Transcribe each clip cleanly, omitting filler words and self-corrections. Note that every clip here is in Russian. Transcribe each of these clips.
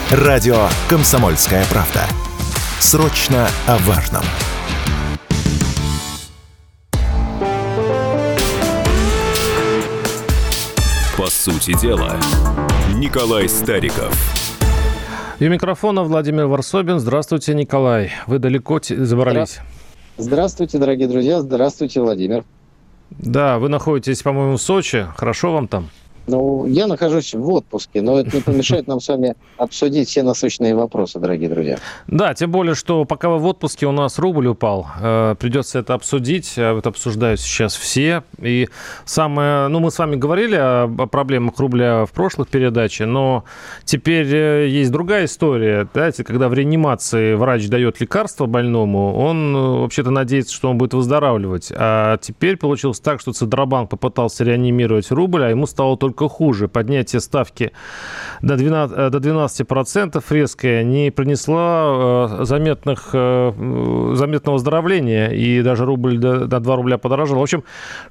Радио «Комсомольская правда». Срочно о важном. По сути дела, Николай Стариков. И у микрофона Владимир Варсобин. Здравствуйте, Николай. Вы далеко забрались? Здравствуйте, дорогие друзья. Здравствуйте, Владимир. Да, вы находитесь, по-моему, в Сочи. Хорошо вам там? Ну, я нахожусь в отпуске, но это не помешает нам с вами обсудить все насущные вопросы, дорогие друзья. Да, тем более, что пока вы в отпуске, у нас рубль упал. Придется это обсудить. Это обсуждают сейчас все. И самое... мы с вами говорили о проблемах рубля в прошлых передачах, но теперь есть другая история. Знаете, когда в реанимации врач дает лекарство больному, он вообще-то надеется, что он будет выздоравливать. А теперь получилось так, что Центробанк попытался реанимировать рубль, а ему стало только хуже. Поднятие ставки до 12% резкое не принесло заметного выздоровления, и даже рубль до 2 рубля подорожал. В общем,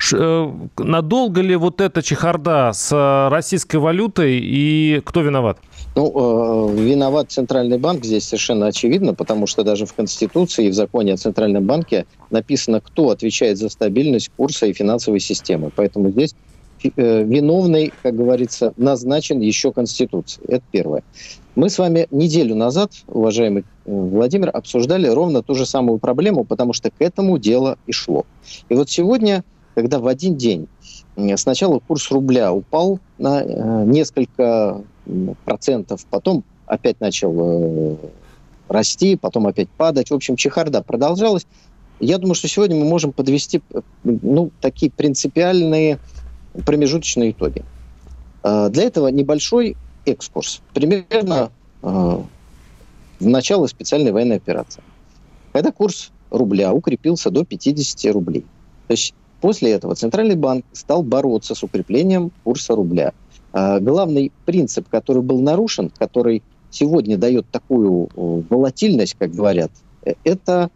надолго ли вот эта чехарда с российской валютой, и кто виноват? Виноват Центральный банк здесь совершенно очевидно, потому что даже в Конституции и в законе о Центральном банке написано, кто отвечает за стабильность курса и финансовой системы. Поэтому здесь виновный, как говорится, назначен еще Конституцией. Это первое. Мы с вами неделю назад, уважаемый Владимир, обсуждали ровно ту же самую проблему, потому что к этому дело и шло. И вот сегодня, когда в один день сначала курс рубля упал на несколько процентов, потом опять начал расти, потом опять падать, в общем, чехарда продолжалась, я думаю, что сегодня мы можем подвести такие принципиальные промежуточные итоги. Для этого небольшой экскурс. Примерно в начало специальной военной операции. Когда курс рубля укрепился до 50 рублей. То есть после этого Центральный банк стал бороться с укреплением курса рубля. Главный принцип, который был нарушен, который сегодня дает такую волатильность, как говорят, это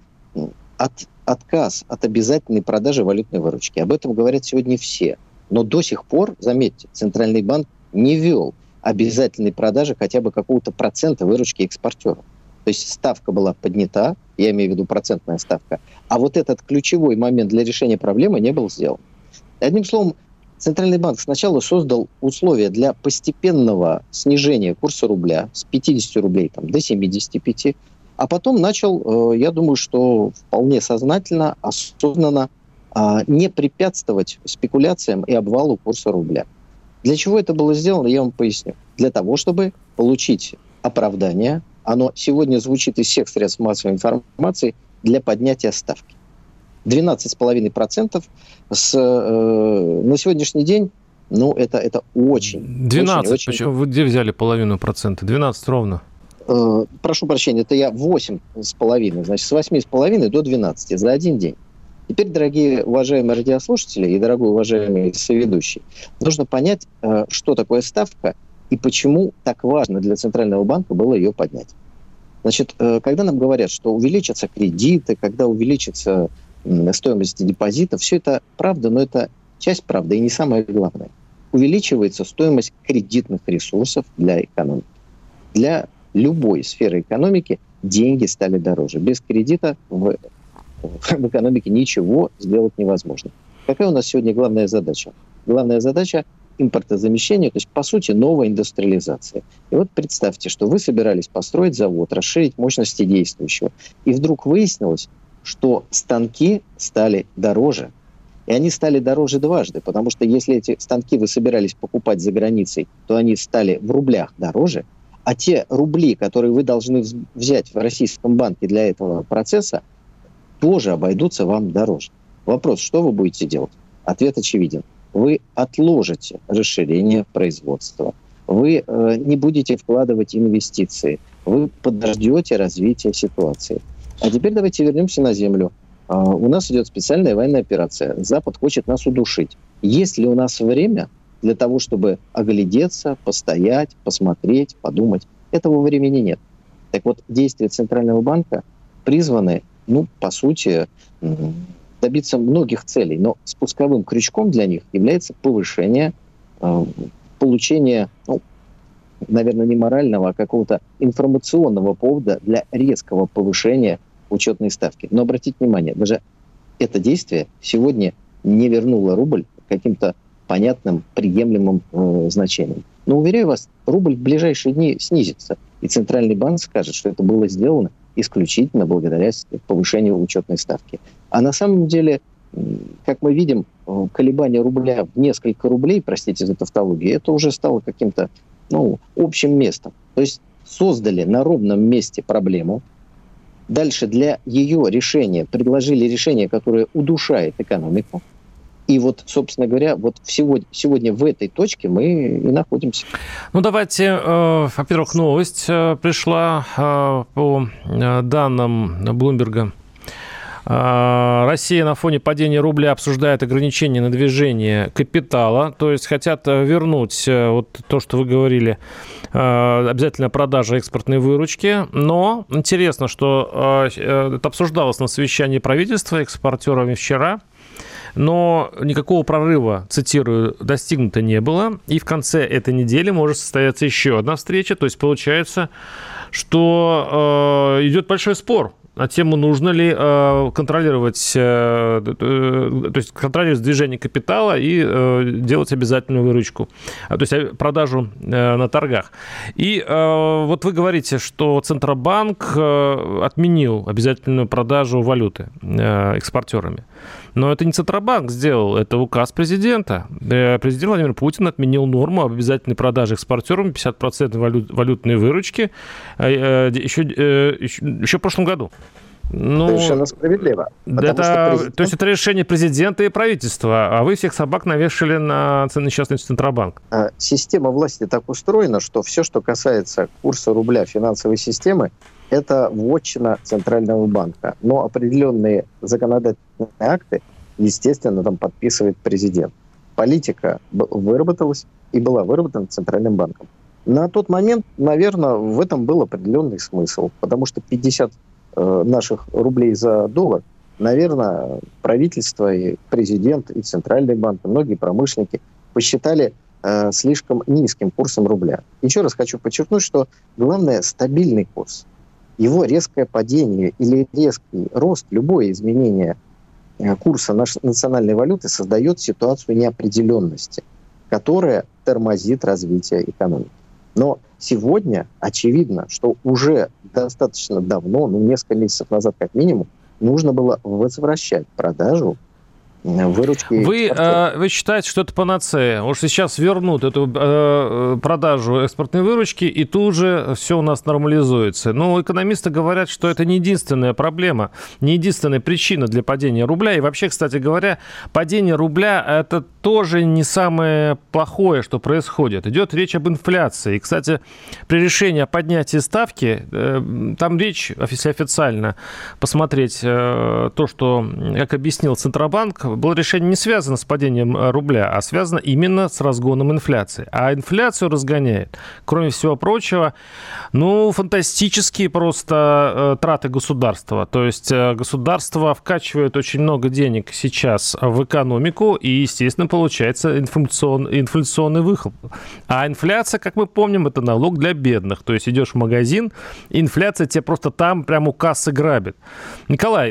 отказ от обязательной продажи валютной выручки. Об этом говорят сегодня все. Но до сих пор, заметьте, Центральный банк не ввел обязательной продажи хотя бы какого-то процента выручки экспортеров. То есть ставка была поднята, я имею в виду процентная ставка, а вот этот ключевой момент для решения проблемы не был сделан. Одним словом, Центральный банк сначала создал условия для постепенного снижения курса рубля с 50 рублей до 75, а потом начал, я думаю, что вполне сознательно, осознанно не препятствовать спекуляциям и обвалу курса рубля. Для чего это было сделано, я вам поясню. Для того, чтобы получить оправдание, оно сегодня звучит из всех средств массовой информации, для поднятия ставки. 12,5% на сегодняшний день, это очень... 12, очень... Почему? Вы где взяли 0,5%? 12 ровно. Прошу прощения, это я 8,5, значит, с 8,5 до 12 за один день. Теперь, дорогие уважаемые радиослушатели и дорогой уважаемый соведущий, нужно понять, что такое ставка и почему так важно для Центрального банка было ее поднять. Значит, когда нам говорят, что увеличатся кредиты, когда увеличится стоимость депозитов, все это правда, но это часть правды и не самое главное. Увеличивается стоимость кредитных ресурсов для экономики. Для любой сферы экономики деньги стали дороже. Без кредита в экономике ничего сделать невозможно. Какая у нас сегодня главная задача? Главная задача – импортозамещение, то есть, по сути, новая индустриализация. И вот представьте, что вы собирались построить завод, расширить мощности действующего, и вдруг выяснилось, что станки стали дороже. И они стали дороже дважды, потому что если эти станки вы собирались покупать за границей, то они стали в рублях дороже, а те рубли, которые вы должны взять в российском банке для этого процесса, тоже обойдутся вам дороже. Вопрос, что вы будете делать? Ответ очевиден. Вы отложите расширение производства. Вы не будете вкладывать инвестиции. Вы подождете развития ситуации. А теперь давайте вернемся на землю. У нас идет специальная военная операция. Запад хочет нас удушить. Есть ли у нас время для того, чтобы оглядеться, постоять, посмотреть, подумать? Этого времени нет. Так вот, действия Центрального банка призваны, по сути, добиться многих целей. Но спусковым крючком для них является повышение, получение наверное, не морального, а какого-то информационного повода для резкого повышения учетной ставки. Но обратите внимание, даже это действие сегодня не вернуло рубль к каким-то понятным, приемлемым значениям. Но, уверяю вас, рубль в ближайшие дни снизится. И Центральный банк скажет, что это было сделано исключительно благодаря повышению учетной ставки. А на самом деле, как мы видим, колебание рубля в несколько рублей, простите за тавтологию, это уже стало каким-то общим местом. То есть создали на ровном месте проблему. Дальше для ее решения предложили решение, которое удушает экономику. И вот, собственно говоря, вот сегодня в этой точке мы и находимся. Давайте, во-первых, новость пришла по данным Блумберга. Россия на фоне падения рубля обсуждает ограничения на движение капитала, то есть хотят вернуть вот то, что вы говорили, обязательно продажа экспортной выручки. Но интересно, что это обсуждалось на совещании правительства экспортерами вчера. Но никакого прорыва, цитирую, достигнуто не было. И в конце этой недели может состояться еще одна встреча. То есть получается, что идет большой спор на тему, нужно ли контролировать движение капитала и делать обязательную выручку, то есть продажу на торгах. И вот вы говорите, что Центробанк отменил обязательную продажу валюты экспортерами. Но это не Центробанк сделал, это указ президента. Президент Владимир Путин отменил норму об обязательной продаже экспортерам 50% валютной выручки еще в прошлом году. Совершенно справедливо. То есть это решение президента и правительства, а вы всех собак навешали на несчастный Центробанк. Система власти так устроена, что все, что касается курса рубля финансовой системы, это вотчина Центрального банка. Но определенные законодательные акты, естественно, там подписывает президент. Политика выработалась и была выработана Центральным банком. На тот момент, наверное, в этом был определенный смысл, потому что 50 наших рублей за доллар, наверное, правительство и президент, и Центральный банк, и многие промышленники посчитали слишком низким курсом рубля. Еще раз хочу подчеркнуть, что главное – стабильный курс. Его резкое падение или резкий рост, любое изменение курса нашей национальной валюты создает ситуацию неопределенности, которая тормозит развитие экономики. Но сегодня очевидно, что уже достаточно давно, несколько месяцев назад как минимум, нужно было возвращать продажу выручки. Вы считаете, что это панацея? Уж сейчас вернут эту продажу экспортной выручки, и тут же все у нас нормализуется. Но экономисты говорят, что это не единственная проблема, не единственная причина для падения рубля. И вообще, кстати говоря, падение рубля – это тоже не самое плохое, что происходит. Идет речь об инфляции. И, кстати, при решении о поднятии ставки, там речь, если официально посмотреть то, что, как объяснил Центробанк, было решение не связано с падением рубля, а связано именно с разгоном инфляции. А инфляцию разгоняет, кроме всего прочего, фантастические просто траты государства. То есть государство вкачивает очень много денег сейчас в экономику, и, естественно, получается инфляционный выхлоп. А инфляция, как мы помним, это налог для бедных. То есть идешь в магазин, и инфляция тебя просто там прямо у кассы грабит. Николай,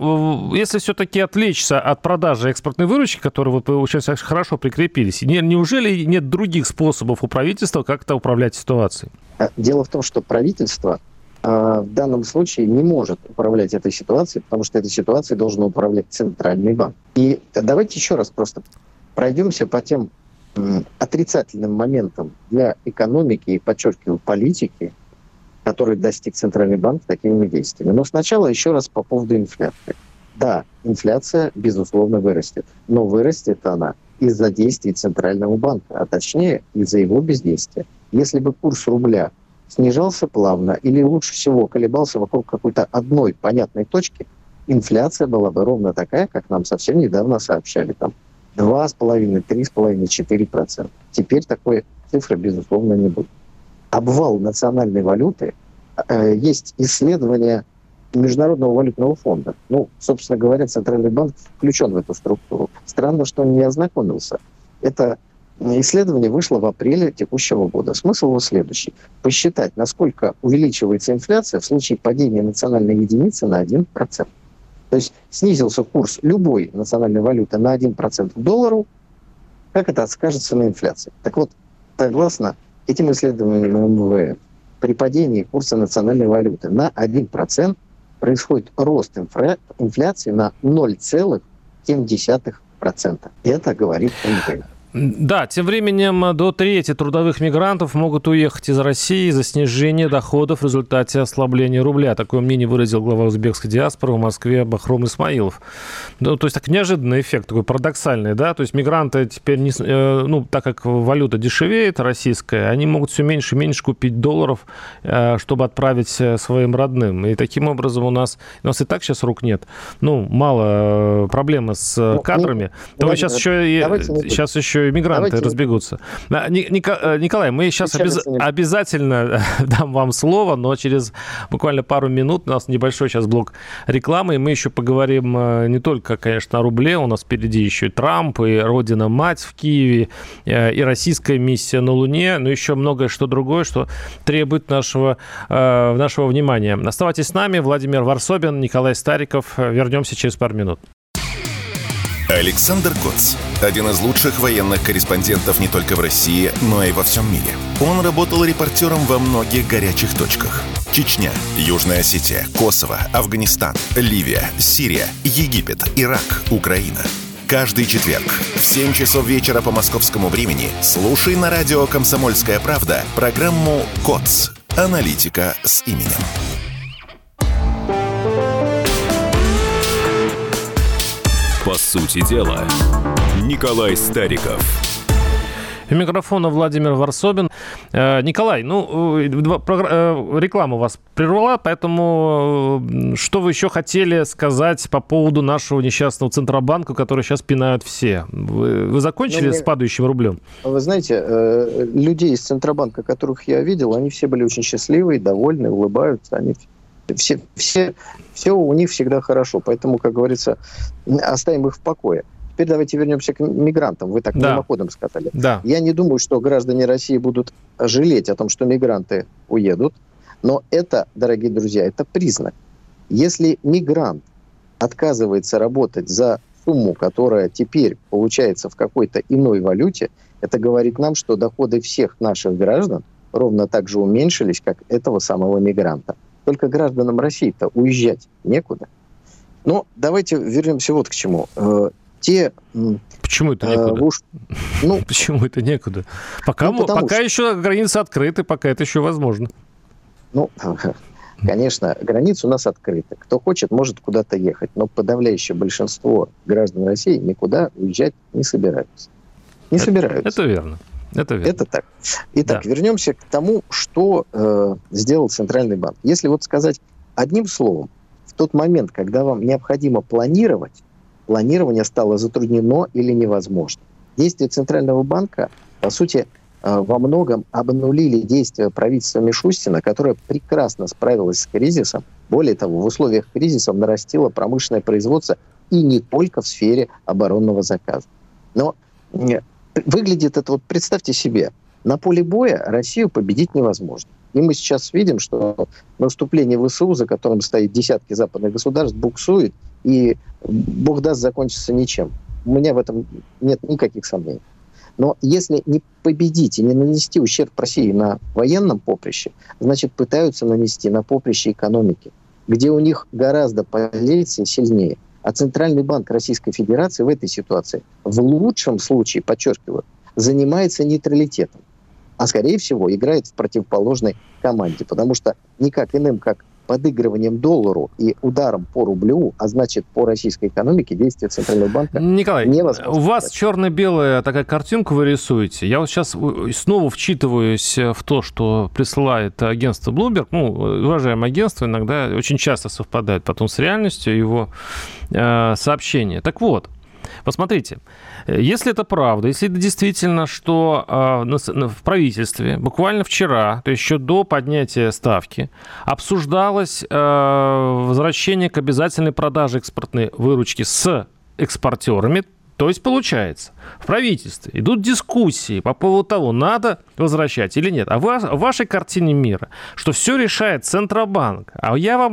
если все-таки отвлечься от продажи экспортной выручки, которые вот вы сейчас хорошо прикрепились, неужели нет других способов у правительства как-то управлять ситуацией? Дело в том, что правительство в данном случае не может управлять этой ситуацией, потому что этой ситуацией должен управлять Центральный банк. И давайте еще раз просто пройдемся по тем отрицательным моментам для экономики и, подчеркиваю, политики, которые достиг Центральный банк такими действиями. Но сначала еще раз по поводу инфляции. Да, инфляция, безусловно, вырастет. Но вырастет она из-за действий Центрального банка, а точнее из-за его бездействия. Если бы курс рубля снижался плавно или лучше всего колебался вокруг какой-то одной понятной точки, инфляция была бы ровно такая, как нам совсем недавно сообщали. Там 2,5, 3,5, 4%. Теперь такой цифры, безусловно, не будет. Обвал национальной валюты. Есть исследования Международного валютного фонда. Собственно говоря, Центральный банк включен в эту структуру. Странно, что он не ознакомился. Это исследование вышло в апреле текущего года. Смысл его следующий. Посчитать, насколько увеличивается инфляция в случае падения национальной единицы на 1%. То есть снизился курс любой национальной валюты на 1% к доллару, как это скажется на инфляции. Так вот, согласно этим исследованиям МВФ, при падении курса национальной валюты на 1% происходит рост инфляции на 0,7%. Это говорит МВФ. Да, тем временем до трети трудовых мигрантов могут уехать из России из-за снижения доходов в результате ослабления рубля. Такое мнение выразил глава узбекской диаспоры в Москве Бахром Исмаилов. Ну, то есть так неожиданный эффект, такой парадоксальный, да? То есть мигранты теперь, так как валюта дешевеет, российская, они могут все меньше и меньше купить долларов, чтобы отправить своим родным. И таким образом у нас и так сейчас рук нет. Мало проблемы с кадрами. Сейчас еще и мигранты разбегутся. Николай, мы сейчас обязательно дам вам слово, но через буквально пару минут у нас небольшой сейчас блок рекламы, и мы еще поговорим не только, конечно, о рубле, у нас впереди еще и Трамп, и Родина-мать в Киеве, и российская миссия на Луне, но еще многое что другое, что требует нашего внимания. Оставайтесь с нами. Владимир Варсобин, Николай Стариков. Вернемся через пару минут. Александр Коц. Один из лучших военных корреспондентов не только в России, но и во всем мире. Он работал репортером во многих горячих точках. Чечня, Южная Осетия, Косово, Афганистан, Ливия, Сирия, Египет, Ирак, Украина. Каждый четверг в 7 часов вечера по московскому времени слушай на радио «Комсомольская правда» программу «КОЦ. Аналитика с именем». По сути дела, Николай Стариков. У микрофона Владимир Варсобин. Николай, реклама вас прервала, поэтому что вы еще хотели сказать по поводу нашего несчастного Центробанка, который сейчас пинают все? Вы закончили с падающим рублем? Вы знаете, людей из Центробанка, которых я видел, они все были очень счастливые, довольны, улыбаются. Они все у них всегда хорошо. Поэтому, как говорится, оставим их в покое. Теперь давайте вернемся к мигрантам. Вы так мимоходом сказали. Да. Я не думаю, что граждане России будут жалеть о том, что мигранты уедут. Но это, дорогие друзья, это признак. Если мигрант отказывается работать за сумму, которая теперь получается в какой-то иной валюте, это говорит нам, что доходы всех наших граждан ровно так же уменьшились, как этого самого мигранта. Только гражданам России-то уезжать некуда. Но давайте вернемся вот к чему. Почему это некуда? Почему это некуда? Пока еще границы открыты, пока это еще возможно. Конечно, границы у нас открыты. Кто хочет, может куда-то ехать. Но подавляющее большинство граждан России никуда уезжать не собираются. Это верно. Это так. Итак, вернемся к тому, что сделал Центральный банк. Если вот сказать одним словом, в тот момент, когда вам необходимо планировать, планирование стало затруднено или невозможно. Действия Центрального банка, по сути, во многом обнулили действия правительства Мишустина, которое прекрасно справилось с кризисом. Более того, в условиях кризиса нарастило промышленное производство и не только в сфере оборонного заказа. Но выглядит это, вот представьте себе, на поле боя Россию победить невозможно. И мы сейчас видим, что наступление ВСУ, за которым стоит десятки западных государств, буксует, и, бог даст, закончится ничем. У меня в этом нет никаких сомнений. Но если не победить и не нанести ущерб России на военном поприще, значит, пытаются нанести на поприще экономики, где у них гораздо позиции сильнее. А Центральный банк Российской Федерации в этой ситуации, в лучшем случае, подчеркиваю, занимается нейтралитетом, а скорее всего играет в противоположной команде, потому что никак иным, как подыгрыванием доллару и ударом по рублю, а значит по российской экономике, действия Центрального банка Николай, невозможно. У вас черно-белая такая картинка вы рисуете. Я вот сейчас снова вчитываюсь в то, что присылает агентство Bloomberg. Уважаемое агентство иногда очень часто совпадает потом с реальностью его сообщения. Так вот, посмотрите, если это правда, если это действительно, что в правительстве буквально вчера, то есть еще до поднятия ставки, обсуждалось возвращение к обязательной продаже экспортной выручки с экспортерами, То есть, получается, в правительстве идут дискуссии по поводу того, надо возвращать или нет. А в вашей картине мира, что все решает Центробанк. А я вам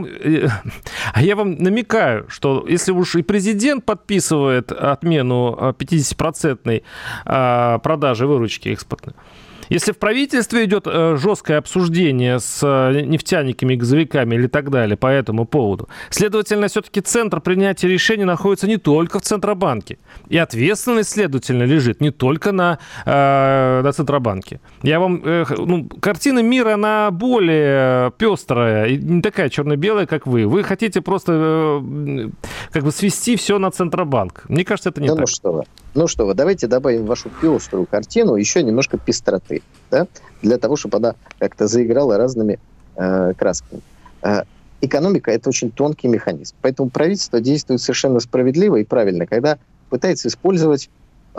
намекаю, что если уж и президент подписывает отмену 50% продажи выручки экспортной, если в правительстве идет жесткое обсуждение с нефтяниками, газовиками или так далее по этому поводу, следовательно, все-таки центр принятия решений находится не только в Центробанке. И ответственность, следовательно, лежит не только на Центробанке. Я вам... картина мира, она более пестрая и не такая черно-белая, как вы. Вы хотите просто свести все на Центробанк. Мне кажется, это не так. Ну что вы, давайте добавим в вашу пеструю картину еще немножко пестроты, да? Для того, чтобы она как-то заиграла разными красками. Экономика – это очень тонкий механизм. Поэтому правительство действует совершенно справедливо и правильно, когда пытается использовать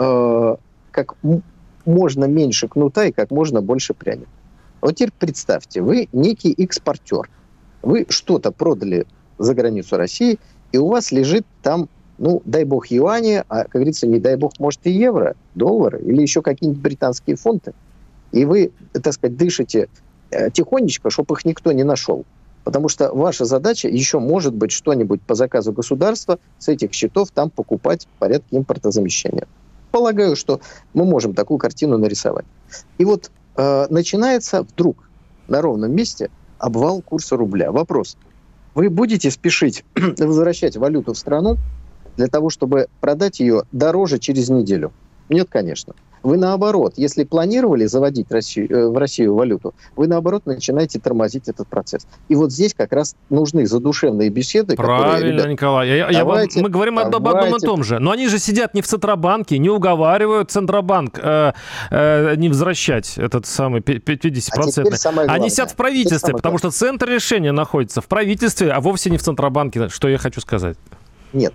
как можно меньше кнута и как можно больше пряника. Вот теперь представьте, вы некий экспортер. Вы что-то продали за границу России, и у вас лежит там, дай бог, юани, а, как говорится, не дай бог, может, и евро, доллары или еще какие-нибудь британские фунты. И вы, так сказать, дышите тихонечко, чтобы их никто не нашел. Потому что ваша задача еще может быть что-нибудь по заказу государства с этих счетов там покупать в порядке импортозамещения. Полагаю, что мы можем такую картину нарисовать. И вот начинается вдруг на ровном месте обвал курса рубля. Вопрос. Вы будете спешить возвращать валюту в страну для того, чтобы продать ее дороже через неделю? Нет, конечно. Вы наоборот, если планировали заводить в Россию валюту, вы наоборот начинаете тормозить этот процесс. И вот здесь как раз нужны задушевные беседы. Правильно, Николай. Мы говорим об одном и том же. Но они же сидят не в Центробанке, не уговаривают Центробанк не возвращать этот самый 50%. Они сидят в правительстве, потому что центр решения находится в правительстве, а вовсе не в Центробанке, что я хочу сказать. Нет,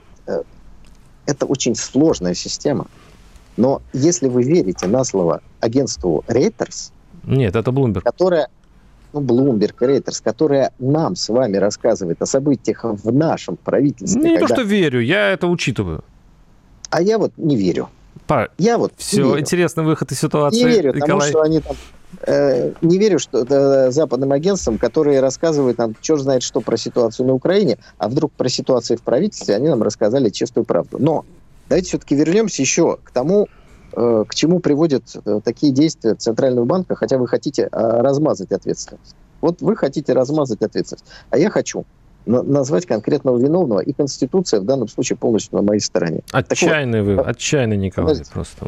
это очень сложная система. Но если вы верите на слово агентству Reuters... Нет, это Bloomberg. Bloomberg, Reuters, которая нам с вами рассказывает о событиях в нашем правительстве. Не то, что верю, я это учитываю. А я вот не верю. Все, не верю. Интересный выход из ситуации. Не верю, потому что они там... не верю, что западным агентствам, которые рассказывают нам черт знает что про ситуацию на Украине, а вдруг про ситуацию в правительстве они нам рассказали чистую правду. Но давайте все-таки вернемся еще к тому, к чему приводят такие действия Центрального банка, хотя вы хотите размазать ответственность. Вот вы хотите размазать ответственность, а я хочу назвать конкретного виновного, и Конституция в данном случае полностью на моей стороне. Отчаянный отчаянный, Николай. Просто.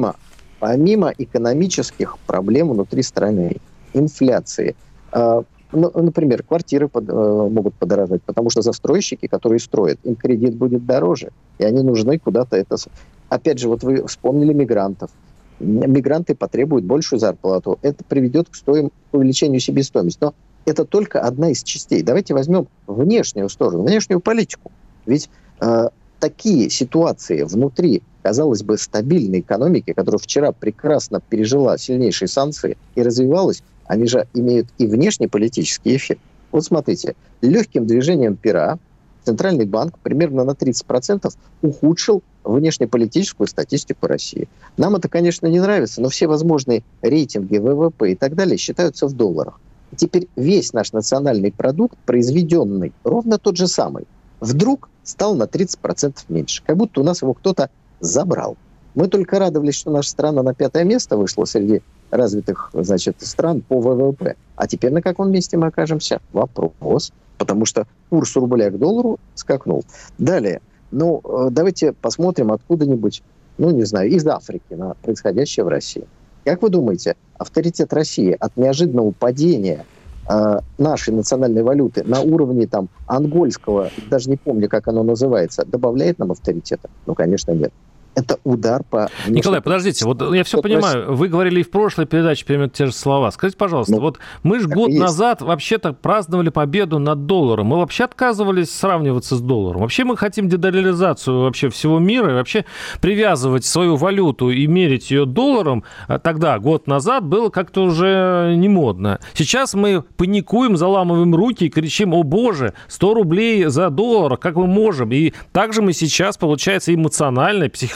Помимо экономических проблем внутри страны, инфляции, например, квартиры могут подорожать, потому что застройщики, которые строят, им кредит будет дороже, и они нужны куда-то это... Опять же, вот вы вспомнили мигрантов. Мигранты потребуют большую зарплату. Это приведет к увеличению себестоимости. Но это только одна из частей. Давайте возьмем внешнюю сторону, внешнюю политику. Ведь такие ситуации внутри, казалось бы, стабильной экономики, которая вчера прекрасно пережила сильнейшие санкции и развивалась, они же имеют и внешнеполитический эффект. Вот смотрите, легким движением пера Центральный банк примерно на 30% ухудшил внешнеполитическую статистику России. Нам это, конечно, не нравится, но все возможные рейтинги ВВП и так далее считаются в долларах. И теперь весь наш национальный продукт, произведенный ровно тот же самый, вдруг стал на 30% меньше. Как будто у нас его кто-то забрал. Мы только радовались, что наша страна на 5-е место вышла среди развитых, стран по ВВП. А теперь на каком месте мы окажемся? Вопрос. Потому что курс рубля к доллару скакнул. Далее. Давайте посмотрим откуда-нибудь, из Африки на происходящее в России. Как вы думаете, авторитет России от неожиданного падения нашей национальной валюты на уровне ангольского, даже не помню, как оно называется, добавляет нам авторитета? Конечно, нет. Это удар по... Николай, подождите, вот я все понимаю. Вы говорили и в прошлой передаче примерно те же слова. Скажите, пожалуйста, вот мы же год назад вообще-то праздновали победу над долларом. Мы вообще отказывались сравниваться с долларом. Вообще мы хотим дедолларизацию вообще всего мира и вообще привязывать свою валюту и мерить ее долларом. Тогда, год назад, было как-то уже не модно. Сейчас мы паникуем, заламываем руки и кричим: о боже, 100 рублей за доллар, как мы можем? И также мы сейчас, получается, эмоционально, психологически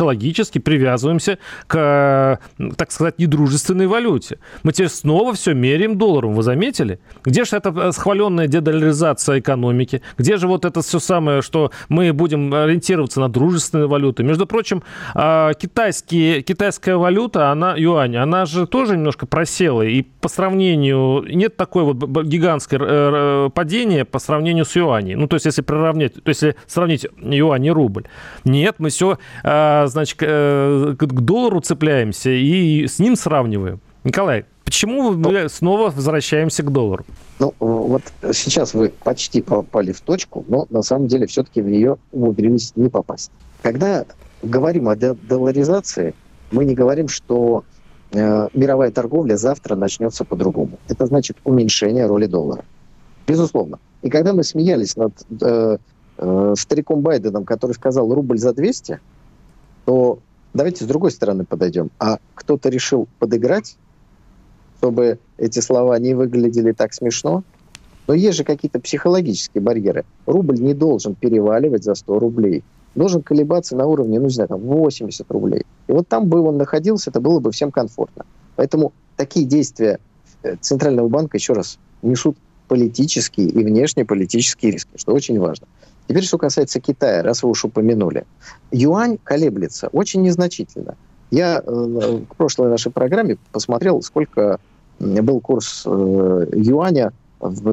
психологически привязываемся к, так сказать, недружественной валюте. Мы теперь снова все меряем долларом. Вы заметили? Где же эта схваленная дедоларизация экономики? Где же вот это все самое, что мы будем ориентироваться на дружественные валюты? Между прочим, китайская валюта, юань, она же тоже немножко просела. И по сравнению... Нет такой вот гигантское падение по сравнению с юаней. Ну, то есть, если сравнить юань и рубль. Нет, мы все, значит, к доллару цепляемся и с ним сравниваем. Николай, почему мы снова возвращаемся к доллару? Ну, вот сейчас вы почти попали в точку, но на самом деле все-таки в нее умудрились не попасть. Когда говорим о долларизации, мы не говорим, что мировая торговля завтра начнется по-другому. Это значит уменьшение роли доллара. Безусловно. И когда мы смеялись над стариком Байденом, который сказал рубль за 200, то давайте с другой стороны подойдем. А кто-то решил подыграть, чтобы эти слова не выглядели так смешно? Но есть же какие-то психологические барьеры. Рубль не должен переваливать за 100 рублей. Должен колебаться на уровне, 80 рублей. И вот там бы он находился, это было бы всем комфортно. Поэтому такие действия Центрального банка, еще раз, несут политические и внешнеполитические риски, что очень важно. Теперь, что касается Китая, раз вы уж упомянули. Юань колеблется очень незначительно. Я в прошлой нашей программе посмотрел, сколько был курс юаня в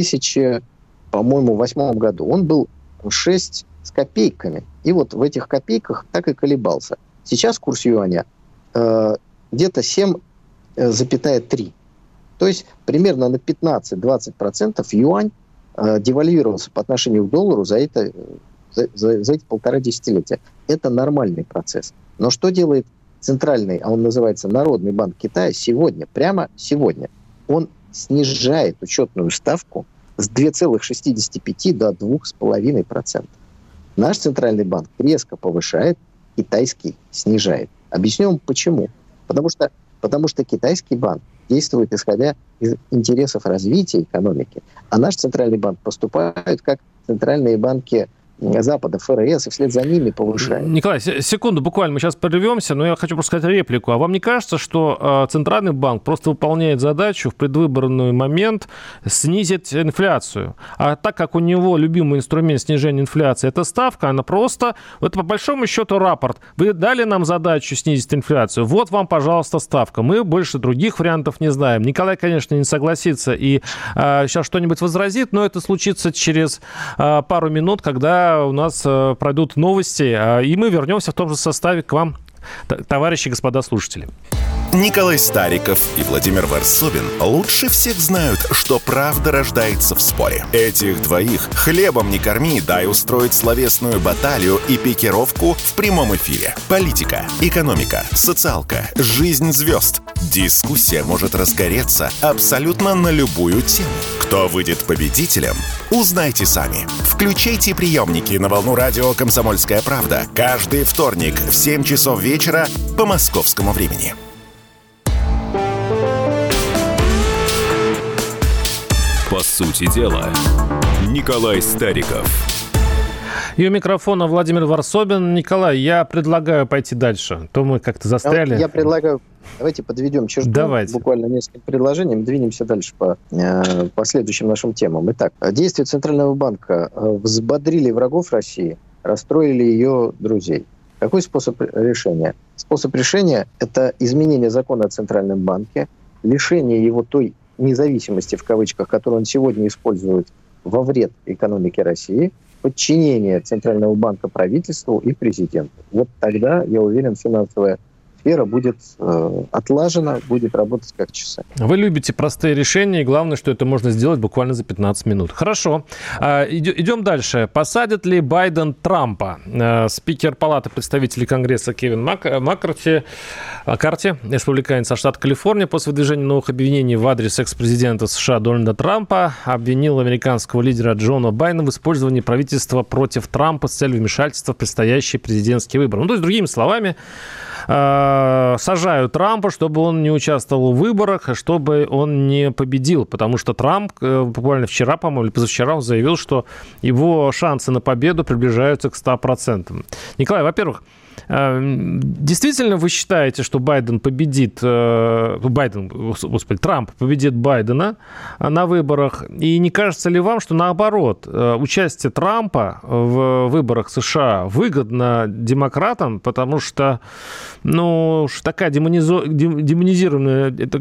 2008 году. Он был 6 с копейками. И вот в этих копейках так и колебался. Сейчас курс юаня где-то 7,3. То есть примерно на 15-20% юань девальвировался по отношению к доллару за эти 1,5 десятилетия. Это нормальный процесс. Но что делает центральный, а он называется Народный банк Китая, сегодня, прямо сегодня, он снижает учетную ставку с 2,65 до 2,5%. Наш центральный банк резко повышает, китайский снижает. Объясню вам почему. Потому что китайский банк действует исходя из интересов развития экономики, а наш центральный банк поступает как центральные банки Запада, ФРС, и вслед за ними повышает. Николай, секунду, буквально мы сейчас прервемся, но я хочу просто сказать реплику. А вам не кажется, что Центральный банк просто выполняет задачу в предвыборный момент снизить инфляцию? А так как у него любимый инструмент снижения инфляции – это ставка, она просто, это по большому счету рапорт. Вы дали нам задачу снизить инфляцию, вот вам, пожалуйста, ставка. Мы больше других вариантов не знаем. Николай, конечно, не согласится и сейчас что-нибудь возразит, но это случится через пару минут, когда у нас пройдут новости, и мы вернемся в том же составе к вам, товарищи, господа слушатели. Николай Стариков и Владимир Варсобин лучше всех знают, что правда рождается в споре. Этих двоих хлебом не корми, дай устроить словесную баталию и пикировку в прямом эфире. Политика, экономика, социалка, жизнь звезд. Дискуссия может разгореться абсолютно на любую тему. Кто выйдет победителем, узнайте сами. Включайте приемники на волну радио «Комсомольская правда» каждый вторник в 7 часов вечера по московскому времени. По сути дела, Николай Стариков. И у микрофона Владимир Варсобин. Николай, я предлагаю пойти дальше. То мы как-то застряли. Я предлагаю, давайте подведем черту. Давайте. Буквально несколько предложений. Двинемся дальше по следующим нашим темам. Итак, действия Центрального банка взбодрили врагов России, расстроили ее друзей. Какой способ решения? Способ решения – это изменение закона о Центральном банке, лишение его той независимости, в кавычках, которую он сегодня использует во вред экономике России, подчинение Центрального банка правительству и президенту. Вот тогда, я уверен, финансовая сфера будет отлажена, будет работать как часы. Вы любите простые решения, и главное, что это можно сделать буквально за 15 минут. Хорошо. Идем дальше. Посадит ли Байден Трампа? Спикер Палаты представителей Конгресса Кевин Маккарти, республиканец от штата Калифорния, после выдвижения новых обвинений в адрес экс-президента США Дональда Трампа, обвинил американского лидера Джона Байдена в использовании правительства против Трампа с целью вмешательства в предстоящие президентские выборы. Ну, то есть, другими словами, сажают Трампа, чтобы он не участвовал в выборах, чтобы он не победил, потому что Трамп буквально вчера, по-моему, или позавчера он заявил, что его шансы на победу приближаются к 100%. Николай, во-первых, Действительно вы считаете, что Трамп победит Байдена на выборах? И не кажется ли вам, что наоборот, участие Трампа в выборах США выгодно демократам, потому что, такая демонизированная, это,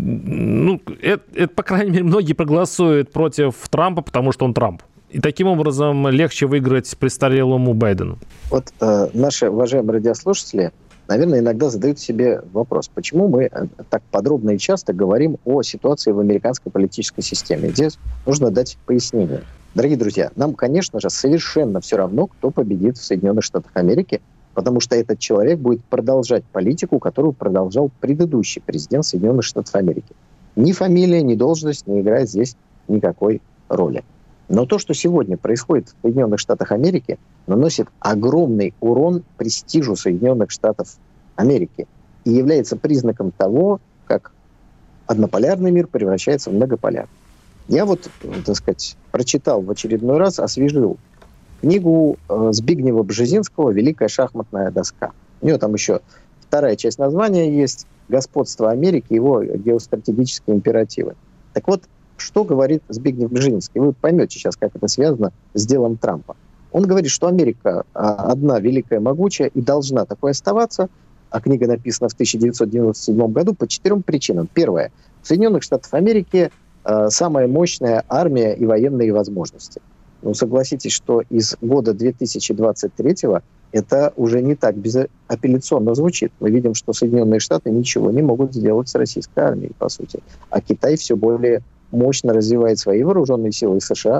по крайней мере, многие проголосуют против Трампа, потому что он Трамп. И таким образом легче выиграть престарелому Байдену. Вот наши уважаемые радиослушатели, наверное, иногда задают себе вопрос, почему мы так подробно и часто говорим о ситуации в американской политической системе. Здесь нужно дать пояснение. Дорогие друзья, нам, конечно же, совершенно все равно, кто победит в Соединенных Штатах Америки, потому что этот человек будет продолжать политику, которую продолжал предыдущий президент Соединенных Штатов Америки. Ни фамилия, ни должность не играет здесь никакой роли. Но то, что сегодня происходит в Соединенных Штатах Америки, наносит огромный урон престижу Соединенных Штатов Америки и является признаком того, как однополярный мир превращается в многополярный. Я прочитал в очередной раз, освежил книгу Збигнева Бжезинского «Великая шахматная доска». У него там еще вторая часть названия есть «Господство Америки и его геостратегические императивы». Так вот, что говорит Збигнев Бжезинский? Вы поймете сейчас, как это связано с делом Трампа. Он говорит, что Америка одна, великая, могучая и должна такой оставаться. А книга написана в 1997 году по 4 причинам. Первое. В Соединенных Штатах Америки самая мощная армия и военные возможности. Согласитесь, что из года 2023 это уже не так безапелляционно звучит. Мы видим, что Соединенные Штаты ничего не могут сделать с российской армией, по сути. А Китай все более мощно развивает свои вооруженные силы. США,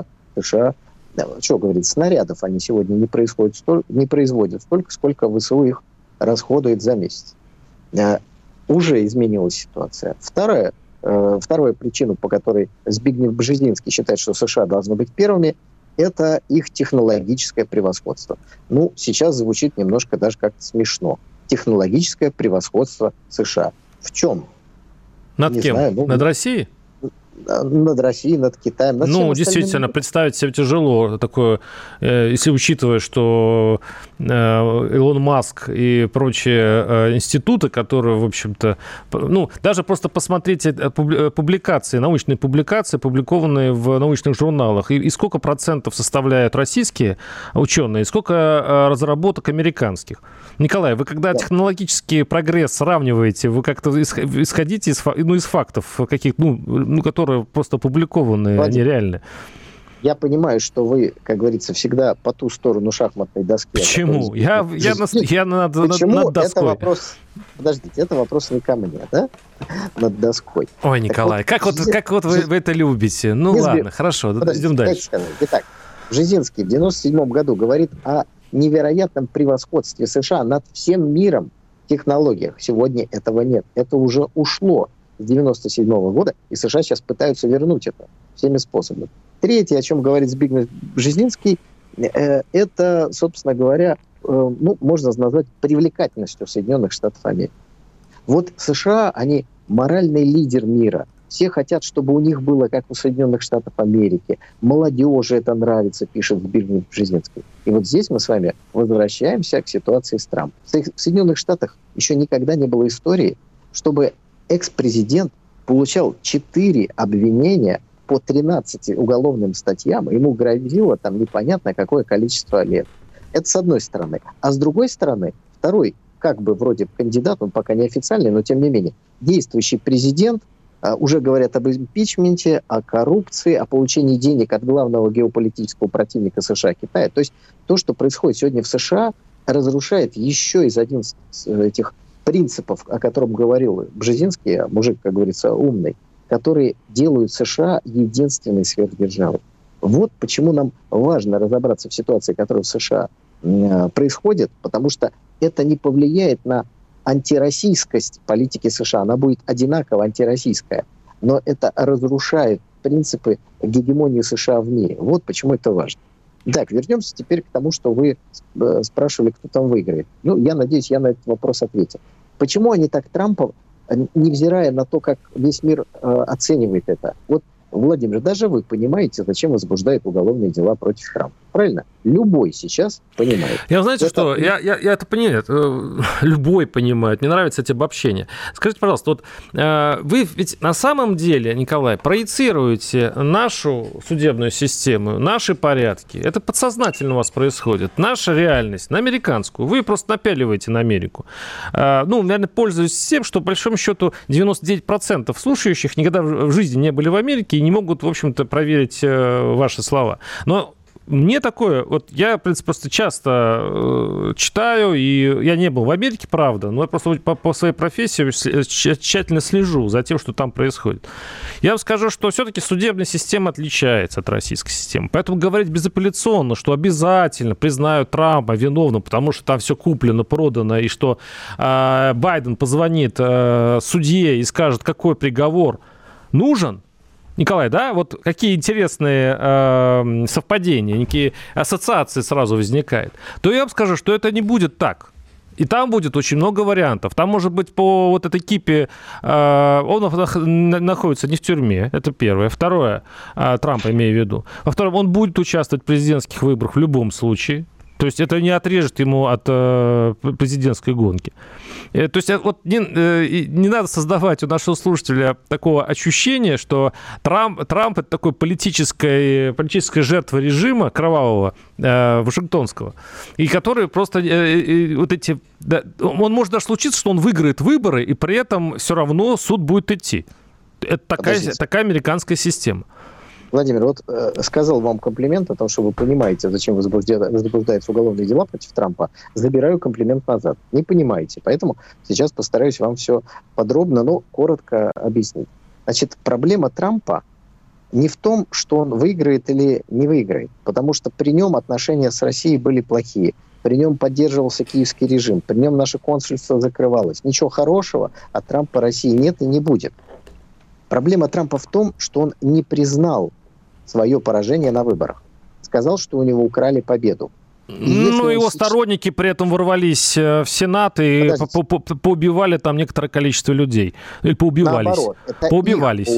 снарядов они сегодня не производят столько, сколько ВСУ их расходует за месяц. Уже изменилась ситуация. Вторая причина, по которой Збигнев Бжезинский считает, что США должны быть первыми, это их технологическое превосходство. Сейчас звучит немножко даже как-то смешно. Технологическое превосходство США. В чем? Над кем? Над Россией? Над Россией, над Китаем. Действительно, представить себе тяжело такое, если учитывая, что Илон Маск и прочие институты, которые, в общем-то, даже просто посмотрите публикации, научные публикации, опубликованные в научных журналах, и сколько процентов составляют российские ученые, и сколько разработок американских. Николай, вы когда технологический прогресс сравниваете, вы как-то исходите из фактов каких-то, которые просто опубликованы, они реальны. Я понимаю, что вы, как говорится, всегда по ту сторону шахматной доски. Почему? Я над доской. Это вопрос не ко мне, да? Над доской. Ой, Николай, как вы это любите? Ладно, хорошо, идем дальше. Итак, Бжезинский в 1997 году говорит о невероятном превосходстве США над всем миром в технологиях. Сегодня этого нет. Это уже ушло с 1997 года, и США сейчас пытаются вернуть это всеми способами. Третье, о чем говорит Збигнев Бжезинский, это, собственно говоря, можно назвать привлекательностью Соединенных Штатов Америки. Вот США, они моральный лидер мира. Все хотят, чтобы у них было, как у Соединенных Штатов Америки. Молодежи это нравится, пишет Збигнев Бжезинский. И вот здесь мы с вами возвращаемся к ситуации с Трампом. В Соединенных Штатах еще никогда не было истории, чтобы экс-президент получал 4 обвинения по 13 уголовным статьям, ему грозило там непонятно какое количество лет. Это с одной стороны. А с другой стороны, второй, как бы вроде кандидат, он пока не официальный, но тем не менее, действующий президент, уже говорят об импичменте, о коррупции, о получении денег от главного геополитического противника США, Китая. То есть то, что происходит сегодня в США, разрушает еще из один из этих принципов, о котором говорил Бжезинский, мужик, как говорится, умный, которые делают США единственной сверхдержавой. Вот почему нам важно разобраться в ситуации, которая в США происходит, потому что это не повлияет на антироссийскость политики США. Она будет одинаково антироссийская, но это разрушает принципы гегемонии США в мире. Вот почему это важно. Так, вернемся теперь к тому, что вы спрашивали, кто там выиграет. Я надеюсь, я на этот вопрос ответил. Почему они так Трампа, невзирая на то, как весь мир оценивает это? Вот Владимир, даже вы понимаете, зачем возбуждают уголовные дела против Трампа. Правильно? Любой сейчас понимает. Знаете что, я это понимаю, любой понимает. Мне нравятся эти обобщения. Скажите, пожалуйста, вот вы ведь на самом деле, Николай, проецируете нашу судебную систему, наши порядки. Это подсознательно у вас происходит. Наша реальность на американскую. Вы просто напяливаете на Америку. Наверное, пользуясь тем, что, по большому счету, 99% слушающих никогда в жизни не были в Америке и не могут, в общем-то, проверить ваши слова. Но мне такое, вот я, в принципе, просто часто читаю, и я не был в Америке, правда, но я просто по своей профессии тщательно слежу за тем, что там происходит. Я вам скажу, что все-таки судебная система отличается от российской системы. Поэтому говорить безапелляционно, что обязательно признают Трампа виновным, потому что там все куплено, продано, и что Байден позвонит судье и скажет, какой приговор нужен. Николай, да, вот какие интересные совпадения, какие ассоциации сразу возникают, то я вам скажу, что это не будет так. И там будет очень много вариантов. Там, может быть, по вот этой кипе он находится не в тюрьме, это первое. Второе, Трамп, имею в виду. Во-вторых, он будет участвовать в президентских выборах в любом случае. То есть это не отрежет ему от президентской гонки. То есть вот не надо создавать у нашего слушателя такого ощущения, что Трамп это такой политическая жертва режима кровавого, вашингтонского, и который просто он может даже случиться, что он выиграет выборы, и при этом все равно суд будет идти. Это такая американская система. Владимир, вот сказал вам комплимент о том, что вы понимаете, зачем возбуждаются уголовные дела против Трампа. Забираю комплимент назад. Не понимаете. Поэтому сейчас постараюсь вам все подробно, но коротко объяснить. Значит, проблема Трампа не в том, что он выиграет или не выиграет. Потому что при нем отношения с Россией были плохие. При нем поддерживался киевский режим. При нем наше консульство закрывалось. Ничего хорошего от Трампа России нет и не будет. Проблема Трампа в том, что он не признал свое поражение на выборах. Сказал, что у него украли победу. Его сторонники при этом ворвались в Сенат и поубивали там некоторое количество людей. Или поубивались. Наоборот. Поубивались.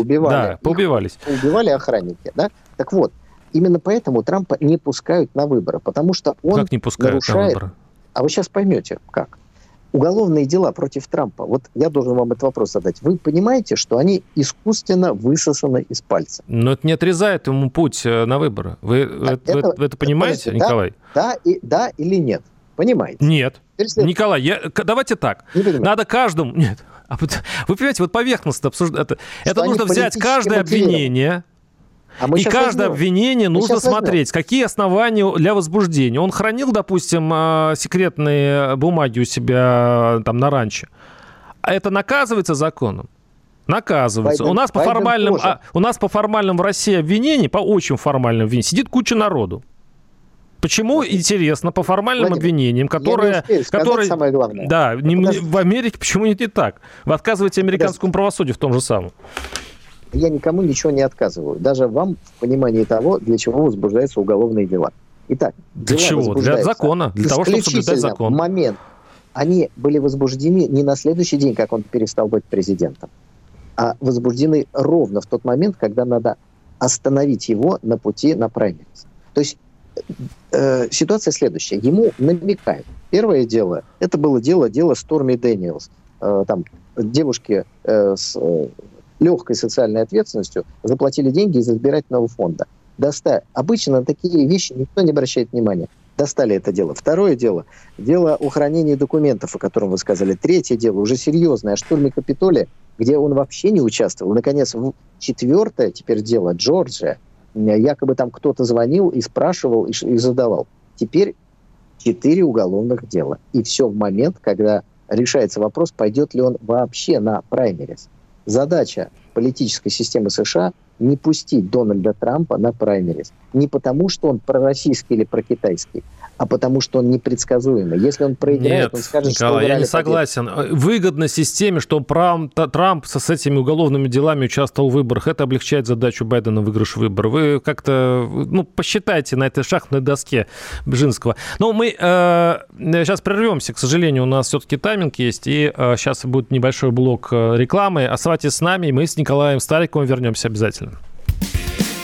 Поубивали охранники. Да? Так вот, именно поэтому Трампа не пускают на выборы. Потому что он как не пускают нарушает... на выборы? А вы сейчас поймете, как. Уголовные дела против Трампа, вот я должен вам этот вопрос задать. Вы понимаете, что они искусственно высосаны из пальца? Но это не отрезает ему путь на выборы. Вы это понимаете, Николай? Да или нет? Понимаете? Нет. Николай, давайте так. Надо каждому... Нет. Вы понимаете, вот поверхностно обсуждать... Это нужно взять каждое обвинение... И каждое обвинение нужно смотреть, какие основания для возбуждения. Он хранил, допустим, секретные бумаги у себя там на ранчо. А это наказывается законом? Наказывается. У нас по формальным в России обвинениям, по очень формальным обвинениям, сидит куча народу. Почему, интересно, по формальным обвинениям, которые... самое главное. Да, в Америке почему не так? Вы отказываете американскому правосудию в том же самом. Я никому ничего не отказываю. Даже вам в понимании того, для чего возбуждаются уголовные дела. Итак, для чего? Для закона. Для того, чтобы соблюдать закон. В момент. Они были возбуждены не на следующий день, как он перестал быть президентом, а возбуждены ровно в тот момент, когда надо остановить его на пути на праймериз. То есть ситуация следующая. Ему намекают. Первое дело, это было дело Сторми Дэниелс. Там девушки с... легкой социальной ответственностью заплатили деньги из избирательного фонда. Обычно на такие вещи никто не обращает внимания. Достали это дело. Второе дело о хранении документов, о котором вы сказали. Третье дело, уже серьезное, о штурме Капитолия, где он вообще не участвовал. Наконец, четвертое теперь дело, Джорджия. Якобы там кто-то звонил и спрашивал, и задавал. Теперь 4 уголовных дела. И все в момент, когда решается вопрос, пойдет ли он вообще на праймериз. Задача политической системы США не пустить Дональда Трампа на праймериз. Не потому, что он пророссийский или прокитайский, а потому, что он непредсказуемый. Если он проиграет, он скажет, Николай, что... я не согласен. Выгодно системе, что Трамп с этими уголовными делами участвовал в выборах. Это облегчает задачу Байдена выигрыш выборов. Вы как-то посчитайте на этой шахматной доске Бжинского. Но мы сейчас прервемся. К сожалению, у нас все-таки тайминг есть. И сейчас будет небольшой блок рекламы. Оставайтесь с нами, и мы с Николаем Стариковым вернемся обязательно.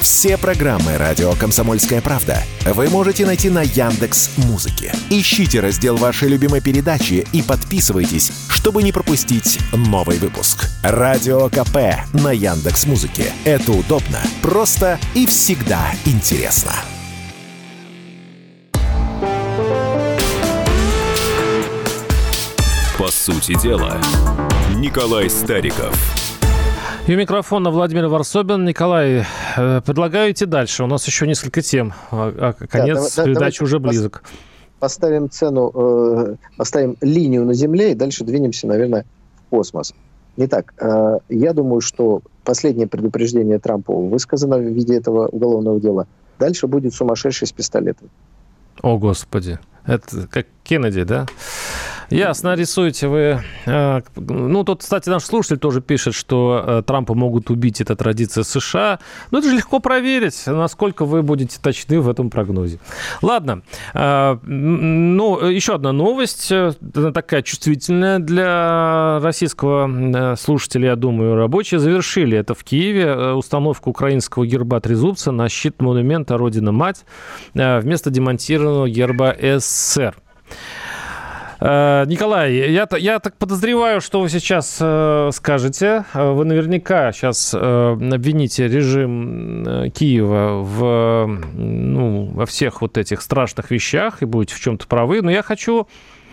Все программы «Радио Комсомольская правда» вы можете найти на Яндекс.Музыке. Ищите раздел вашей любимой передачи и подписывайтесь, чтобы не пропустить новый выпуск. Радио КП на Яндекс.Музыке. Это удобно, просто и всегда интересно. По сути дела, Николай Стариков. И у микрофона Владимир Варсобин. Николай, предлагаю идти дальше. У нас еще несколько тем. Конец передачи уже близок. Поставим поставим линию на Земле и дальше двинемся, наверное, в космос. Итак, я думаю, что последнее предупреждение Трампу высказано в виде этого уголовного дела. Дальше будет сумасшедший с пистолетом. О, Господи. Это как Кеннеди, да? Ясно, рисуете вы. Тут, кстати, наш слушатель тоже пишет, что Трампа могут убить. Это традиция США. Но это же легко проверить, насколько вы будете точны в этом прогнозе. Ладно. Еще одна новость, такая чувствительная для российского слушателя, я думаю. Рабочие завершили это в Киеве, установку украинского герба трезубца на щит монумента «Родина-мать» вместо демонтированного герба СССР. Николай, я так подозреваю, что вы сейчас скажете. Вы наверняка сейчас обвините режим Киева во всех вот этих страшных вещах и будете в чем-то правы. Но я хочу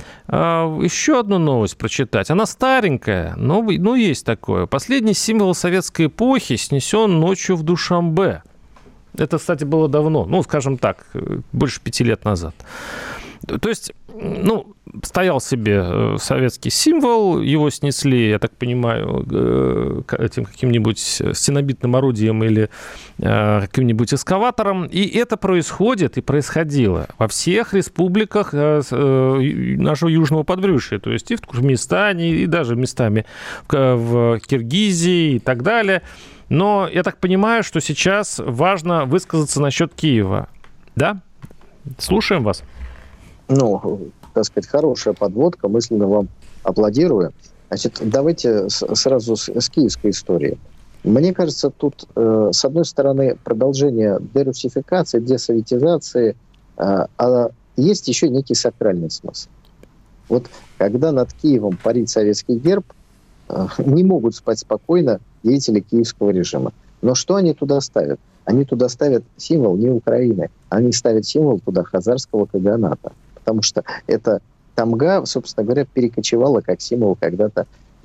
еще одну новость прочитать. Она старенькая, но есть такое. Последний символ советской эпохи снесен ночью в Душанбе. Это, кстати, было давно, скажем так, больше 5 лет назад. То есть, стоял себе советский символ, его снесли, я так понимаю, этим каким-нибудь стенобитным орудием или каким-нибудь экскаватором. И это происходит и происходило во всех республиках нашего южного подбрюшья. То есть и в Туркменистане, и даже местами в Киргизии и так далее. Но я так понимаю, что сейчас важно высказаться насчет Киева. Да? Слушаем вас. Так сказать, хорошая подводка, мысленно вам аплодирую. Значит, давайте сразу с киевской истории. Мне кажется, тут, с одной стороны, продолжение дерусификации, десоветизации, а есть еще некий сакральный смысл. Вот когда над Киевом парит советский герб, не могут спать спокойно деятели киевского режима. Но что они туда ставят? Они туда ставят символ не Украины, они ставят символ туда хазарского каганата. Потому что эта тамга, собственно говоря, перекочевала как символ когда-то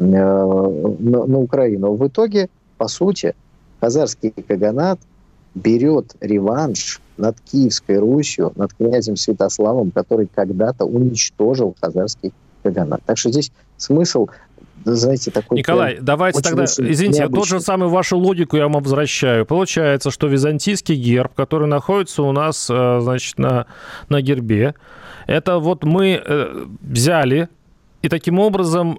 на Украину. В итоге, по сути, хазарский каганат берет реванш над Киевской Русью, над князем Святославом, который когда-то уничтожил хазарский каганат. Так что здесь смысл, знаете, такой... Николай, давайте тогда, извините, я тот же самый вашу логику я вам возвращаю. Получается, что византийский герб, который находится у нас, значит, на гербе, это вот мы взяли, и таким образом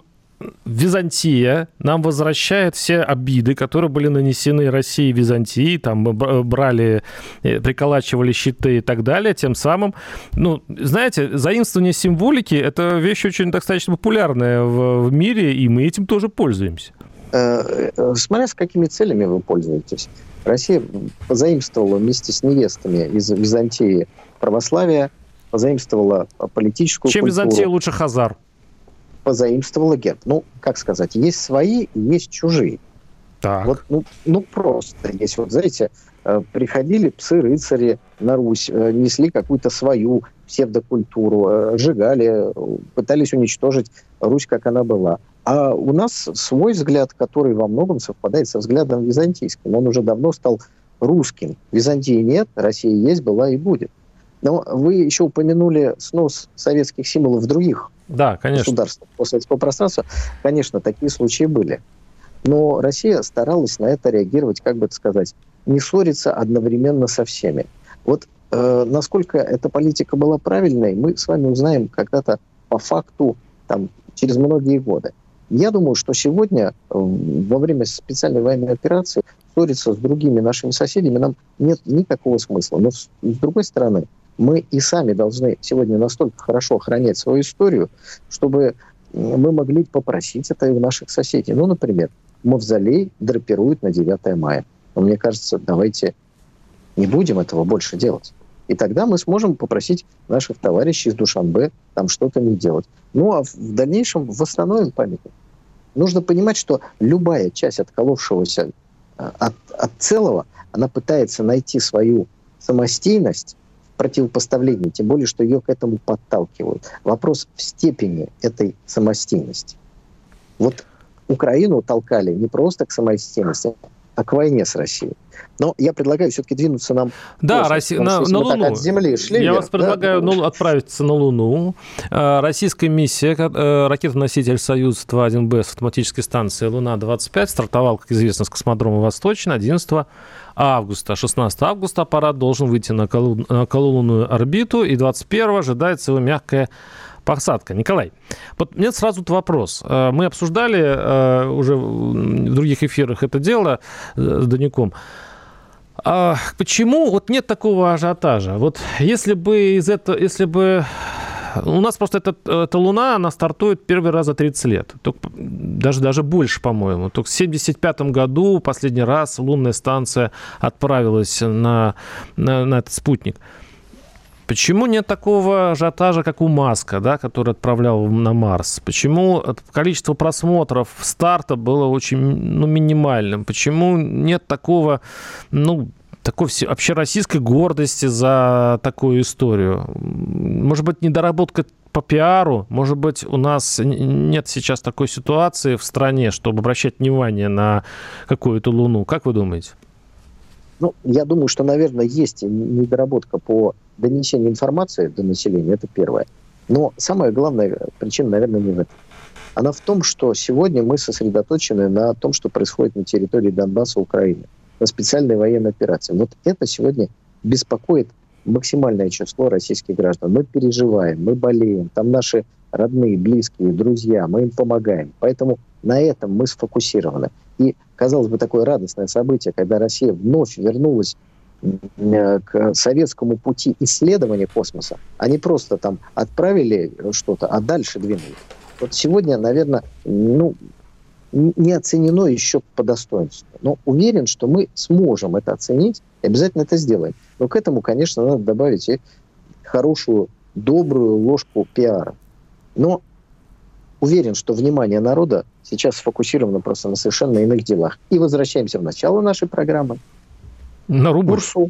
Византия нам возвращает все обиды, которые были нанесены России и Византии, там мы брали, приколачивали щиты и так далее, тем самым, знаете, заимствование символики – это вещь очень достаточно популярная в мире, и мы этим тоже пользуемся. Смотря с какими целями вы пользуетесь. Россия позаимствовала вместе с невестами из Византии православие, позаимствовала политическую Чем культуру. Византия лучше хазар? Позаимствовала герб. Как сказать, есть свои и есть чужие. Так. Просто есть. Вот, знаете, приходили псы-рыцари на Русь, несли какую-то свою псевдокультуру, сжигали, пытались уничтожить Русь, как она была. А у нас свой взгляд, который во многом совпадает со взглядом византийским. Он уже давно стал русским. Византии нет, Россия есть, была и будет. Но вы еще упомянули снос советских символов в других государствах постсоветского пространства. Конечно, такие случаи были. Но Россия старалась на это реагировать, как бы это сказать, не ссориться одновременно со всеми. Вот насколько эта политика была правильной, мы с вами узнаем когда-то по факту через многие годы. Я думаю, что сегодня, во время специальной военной операции, ссориться с другими нашими соседями нам нет никакого смысла. Но с другой стороны, мы и сами должны сегодня настолько хорошо охранять свою историю, чтобы мы могли попросить это и у наших соседей. Например, мавзолей драпируют на 9 мая. Но мне кажется, давайте Не будем этого больше делать. И тогда мы сможем попросить наших товарищей из Душанбе там что-то не делать. Ну, а в дальнейшем восстановим памятник. Нужно понимать, что любая часть отколовшегося от целого, она пытается найти свою самостоятельность в противопоставлении, тем более, что ее к этому подталкивают. Вопрос в степени этой самостоятельности. Вот Украину толкали не просто к самостоятельности, а к войне с Россией. Но я предлагаю все-таки двинуться нам... Да, на Луну. От Земли шли я вверх, вас предлагаю отправиться на Луну. Российская миссия, ракетоноситель «Союз-2-1Б» с автоматической станцией «Луна-25» стартовал, как известно, с космодрома «Восточный» 11 августа. 16 августа аппарат должен выйти на окололунную орбиту, и 21 ожидается его мягкая посадка. Николай, вот мне сразу вопрос. Мы обсуждали уже в других эфирах это дело с Данюком. Почему вот нет такого ажиотажа? Вот если бы у нас просто эта Луна, она стартует первый раз за 30 лет. Даже больше, по-моему. Только в 1975 году последний раз лунная станция отправилась на этот спутник. Почему нет такого ажиотажа, как у Маска, да, который отправлял на Марс? Почему количество просмотров старта было очень минимальным? Почему нет такой общероссийской гордости за такую историю? Может быть, недоработка по пиару? Может быть, у нас нет сейчас такой ситуации в стране, чтобы обращать внимание на какую-то Луну? Как вы думаете? Я думаю, что, наверное, есть недоработка по донесению информации до населения, это первое. Но самая главная причина, наверное, не в этом. Она в том, что сегодня мы сосредоточены на том, что происходит на территории Донбасса, Украины, на специальной военной операции. Вот это сегодня беспокоит максимальное число российских граждан. Мы переживаем, мы болеем, там наши родные, близкие, друзья, мы им помогаем. Поэтому на этом мы сфокусированы. И, казалось бы, такое радостное событие, когда Россия вновь вернулась к советскому пути исследования космоса, они просто там отправили что-то, а дальше двинули. Вот сегодня, наверное, не оценено еще по достоинству. Но уверен, что мы сможем это оценить и обязательно это сделаем. Но к этому, конечно, надо добавить и хорошую, добрую ложку пиара. Но уверен, что внимание народа сейчас сфокусировано просто на совершенно иных делах. И возвращаемся в начало нашей программы. На рубль. Курсу.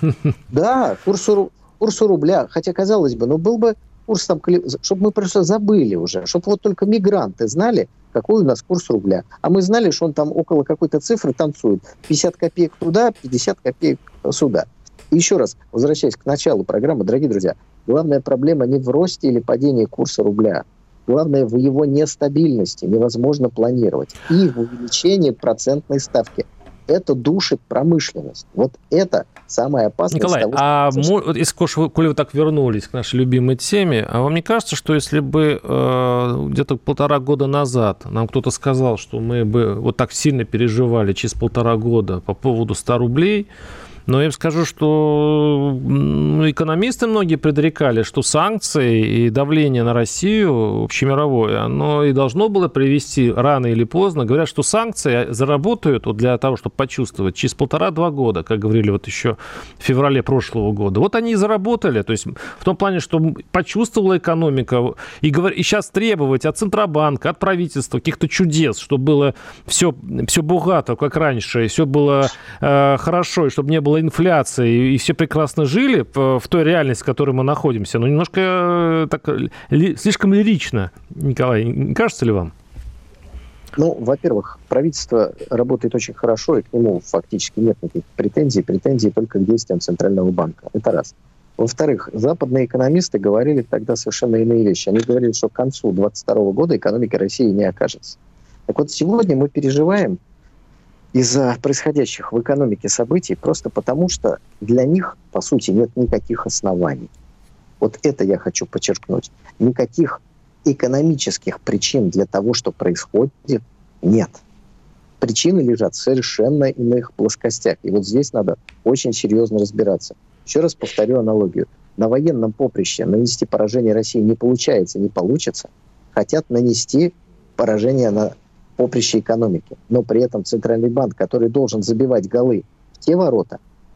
Да, курсу рубля. Хотя, казалось бы, был бы курс там, чтобы мы просто забыли уже, чтобы вот только мигранты знали, какой у нас курс рубля. А мы знали, что он там около какой-то цифры танцует. 50 копеек туда, 50 копеек сюда. И еще раз, возвращаясь к началу программы, дорогие друзья, главная проблема не в росте или падении курса рубля. Главное в его нестабильности, невозможно планировать. И в увеличении процентной ставки. Это душит промышленность. Вот это самое опасное. Николай, коли вы так вернулись к нашей любимой теме, а вам не кажется, что если бы где-то 1,5 года назад нам кто-то сказал, что мы бы вот так сильно переживали через 1,5 года по поводу 100 рублей, но я им скажу, что экономисты многие предрекали, что санкции и давление на Россию общемировое, оно и должно было привести рано или поздно. Говорят, что санкции заработают вот для того, чтобы почувствовать через 1,5-2 года, как говорили вот еще в феврале прошлого года. Вот они и заработали. То есть в том плане, что почувствовала экономика. И сейчас требовать от Центробанка, от правительства каких-то чудес, чтобы было все богато, как раньше, и все было хорошо, и чтобы не было инфляции, и все прекрасно жили в той реальности, в которой мы находимся, но немножко так слишком лирично. Николай, не кажется ли вам? Во-первых, правительство работает очень хорошо, и к нему фактически нет никаких претензий. Претензии только к действиям Центрального банка. Это раз. Во-вторых, западные экономисты говорили тогда совершенно иные вещи. Они говорили, что к концу 2022 года экономика России не окажется. Так вот, сегодня мы переживаем из-за происходящих в экономике событий просто потому, что для них, по сути, нет никаких оснований. Вот это я хочу подчеркнуть. Никаких экономических причин для того, что происходит, нет. Причины лежат в совершенно иных плоскостях. И вот здесь надо очень серьезно разбираться. Еще раз повторю аналогию. На военном поприще нанести поражение России не получается, не получится. Хотят нанести поражение на поприще экономики. Но при этом Центральный банк, который должен забивать голы в те ворота,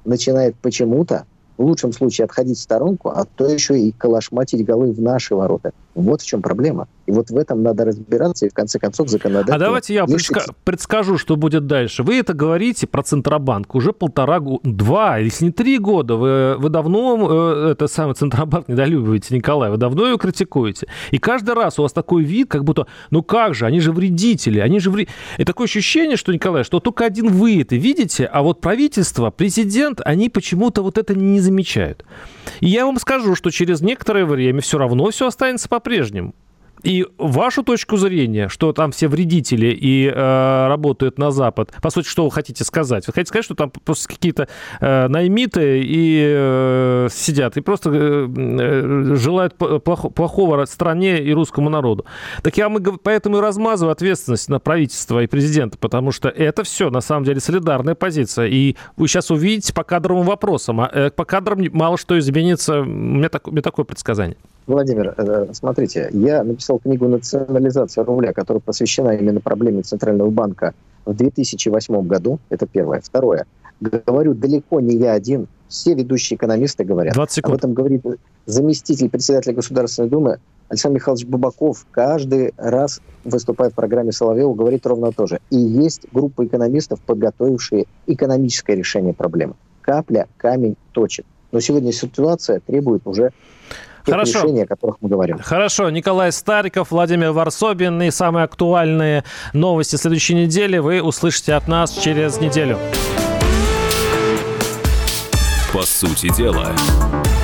начинает почему-то в лучшем случае отходить в сторонку, а то еще и калашматить голы в наши ворота. Вот в чем проблема. И вот в этом надо разбираться, и в конце концов законодательно... А давайте я предскажу, что будет дальше. Вы это говорите про Центробанк уже 2, если не 3 года. Вы давно это самый Центробанк недолюбливаете, Николай, вы давно его критикуете. И каждый раз у вас такой вид, как будто, ну как же, они же вредители, И такое ощущение, что, Николай, что только один вы это видите, а вот правительство, президент, они почему-то вот это не замечают. И я вам скажу, что через некоторое время все равно все останется по-прежнему. И вашу точку зрения, что там все вредители и работают на Запад, по сути, что вы хотите сказать? Вы хотите сказать, что там просто какие-то наймиты и сидят, и просто желают плохого стране и русскому народу. Так я поэтому и размазываю ответственность на правительство и президента, потому что это все, на самом деле, солидарная позиция. И вы сейчас увидите по кадровым вопросам. А по кадрам мало что изменится. У меня такое предсказание. Владимир, смотрите, я написал книгу «Национализация рубля», которая посвящена именно проблеме Центрального банка в 2008 году. Это первое. Второе. Говорю, далеко не я один. Все ведущие экономисты говорят. 20 секунд. Об этом говорит заместитель председателя Государственной Думы Александр Михайлович Бабаков. Каждый раз, выступая в программе Соловьева, говорит ровно то же. И есть группа экономистов, подготовившие экономическое решение проблемы. Капля камень точит. Но сегодня ситуация требует уже решения, о которых мы говорим. Хорошо. Николай Стариков, Владимир Варсобин. И самые актуальные новости следующей недели вы услышите от нас через неделю. По сути дела.